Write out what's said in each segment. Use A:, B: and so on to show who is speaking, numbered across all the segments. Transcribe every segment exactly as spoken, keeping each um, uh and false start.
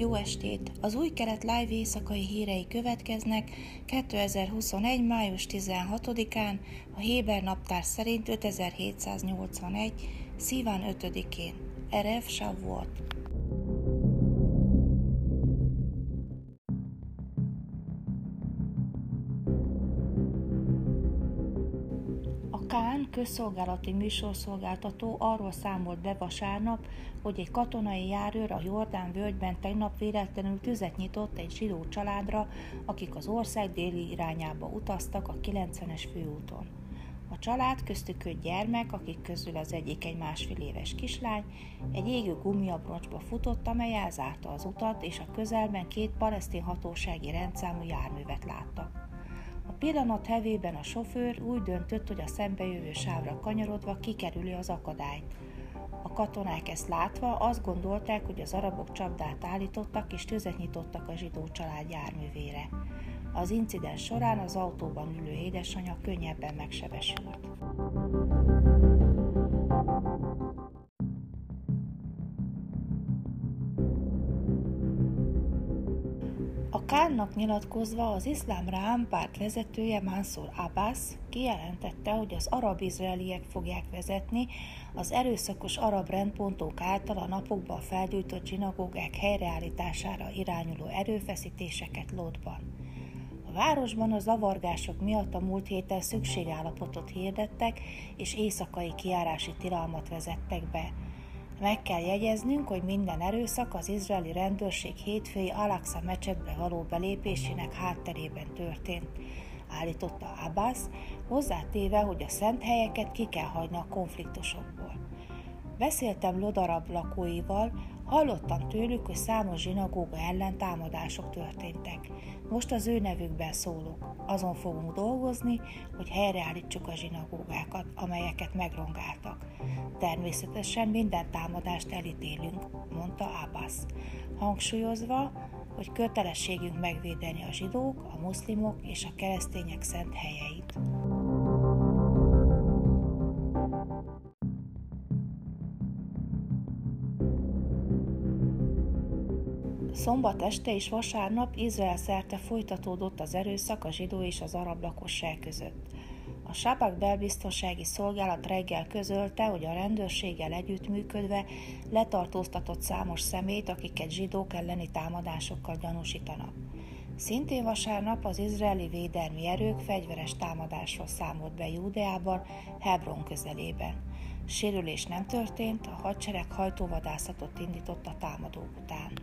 A: Jó estét! Az Új Kelet Live éjszakai hírei következnek kétezer-huszonegy. május tizenhatodikán, a Héber naptár szerint ötezer-hétszáznyolcvanegy. Szívan ötödikén, Erev Shavuot. A Kán közszolgálati műsorszolgáltató arról számolt be vasárnap, hogy egy katonai járőr a Jordán völgyben tegnap véletlenül tüzet nyitott egy zsidó családra, akik az ország déli irányába utaztak a kilencvenes főúton. A család, köztük öt gyermek, akik közül az egyik egy másfél éves kislány, egy égő gumiabroncsba futott, amely elzárta az utat, és a közelben két palesztin hatósági rendszámú járművet láttak. A pillanat hevében a sofőr úgy döntött, hogy a szembejövő sávra kanyarodva kikerüli az akadályt. A katonák ezt látva azt gondolták, hogy az arabok csapdát állítottak és tüzet nyitottak a zsidó család járművére. Az incidens során az autóban ülő édesanyja könnyebben megsebesült. A Kánnak nyilatkozva az iszlám Ráhm párt vezetője Mansur Abbas kijelentette, hogy az arab-izraeliek fogják vezetni az erőszakos arab rendpontok által a napokban felgyújtott zsinagógák helyreállítására irányuló erőfeszítéseket Lodban. A városban a zavargások miatt a múlt héten szükségállapotot hirdettek és éjszakai kijárási tilalmat vezettek be. Meg kell jegyeznünk, hogy minden erőszak az izraeli rendőrség hétfői Al-Aqsa mecsetbe való belépésének hátterében történt, állította Abbas, hozzátéve, hogy a szent helyeket ki kell hagyni a konfliktusokból. Beszéltem Lod arab lakóival, hallottam tőlük, hogy számos zsinagóga ellen támadások történtek. Most az ő nevükben szólok. Azon fogunk dolgozni, hogy helyreállítsuk a zsinagógákat, amelyeket megrongáltak. Természetesen minden támadást elítélünk, mondta Abbas, hangsúlyozva, hogy kötelességünk megvédeni a zsidók, a muszlimok és a keresztények szent helyeit. Szombat este és vasárnap Izrael szerte folytatódott az erőszak a zsidó és az arab lakosság között. A Sabak belbiztonsági szolgálat reggel közölte, hogy a rendőrséggel együttműködve letartóztatott számos személyt, akiket zsidók elleni támadásokkal gyanúsítanak. Szintén vasárnap az izraeli védelmi erők fegyveres támadásról számolt be Júdeában, Hebron közelében. Sérülés nem történt, a hadsereg hajtóvadászatot indított a támadók után.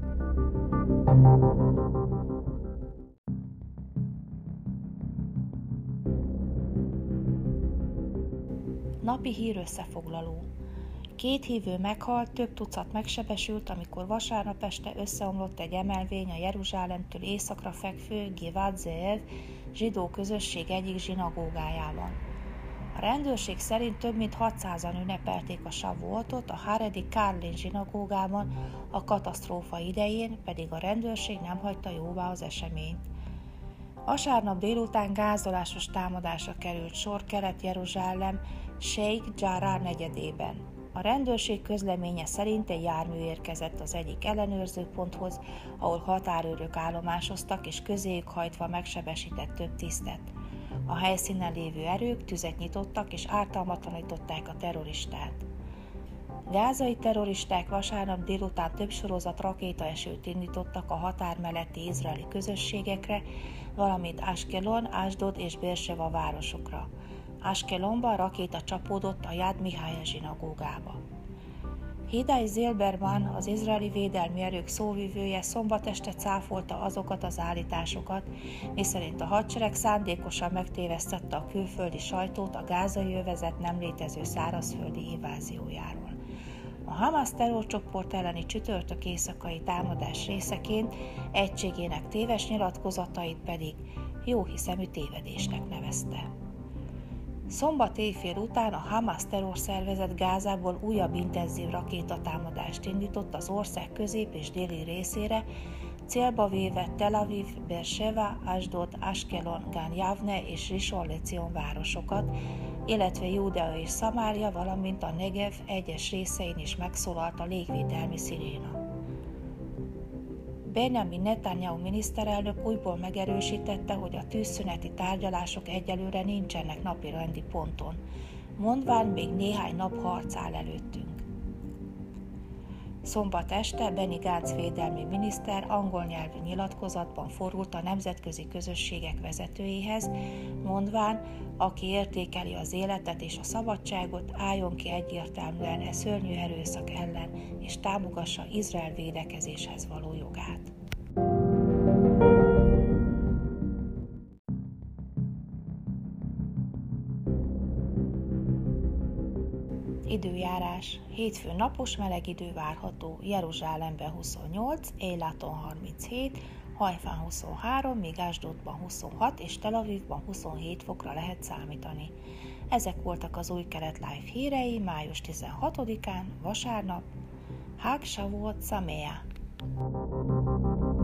A: Napi hír összefoglaló. Két hívő meghalt, több tucat megsebesült, amikor vasárnap este összeomlott egy emelvény a Jeruzsálemtől északra fekvő Givat Ze'ev zsidó közösség egyik zsinagógájában. A rendőrség szerint több mint hatszázan ünnepelték a Shavuotot a Haredi Karlin zsinagógában, a katasztrófa idején pedig a rendőrség nem hagyta jóvá az eseményt. Vasárnap délután gázolásos támadásra került sor Kelet-Jeruzsálem Sheikh Jarrah negyedében. A rendőrség közleménye szerint egy jármű érkezett az egyik ellenőrzőponthoz, ahol határőrök állomásoztak és közéjük hajtva megsebesített több tisztet. A helyszínen lévő erők tüzet nyitottak és ártalmatlanították a terroristát. Gázai terroristák vasárnap délután több sorozat rakétaesőt indítottak a határ melletti izraeli közösségekre, valamint Ashkelon, Asdod és Beerseva városokra. Ashkelonban rakéta csapódott a Yad Mihály zsinagógába. Hidai Zilberman, az izraeli védelmi erők szóvivője szombat este cáfolta azokat az állításokat, miszerint a hadsereg szándékosan megtévesztette a külföldi sajtót a gázai övezet nem létező szárazföldi inváziójáról. A Hamas terrorcsoport elleni csütörtök éjszakai támadás részeként egységének téves nyilatkozatait pedig jóhiszemű tévedésnek nevezte. Szombat éjfél után a Hamas terrorszervezet Gázából újabb intenzív rakétatámadást indított az ország közép- és déli részére, célba véve Tel Aviv, Beerseva, Asdod, Ashkelon, Gan Yavne és Rishon LeZion városokat, illetve Júdea és Szamária, valamint a Negev egyes részein is megszólalt a légvédelmi sziréna. Benjamin Netanyahu miniszterelnök újból megerősítette, hogy a tűzszüneti tárgyalások egyelőre nincsenek napirendi ponton, mondván még néhány nap harc áll előttünk. Szombat este Benny Gantz védelmi miniszter angol nyelvű nyilatkozatban fordult a nemzetközi közösségek vezetőihez, mondván, aki értékeli az életet és a szabadságot, álljon ki egyértelműen e szörnyű erőszak ellen, és támogassa Izrael védekezéshez való jogát. Időjárás. Hétfőn napos meleg idő várható, Jeruzsálemben huszonnyolc, Eilaton harminchét, Hajfán huszonhárom, míg Asdodban huszonhat és Tel Avivban huszonhét fokra lehet számítani. Ezek voltak az Új Kelet Live hírei május tizenhatodikán, vasárnap. Hag Shavuot Sameach!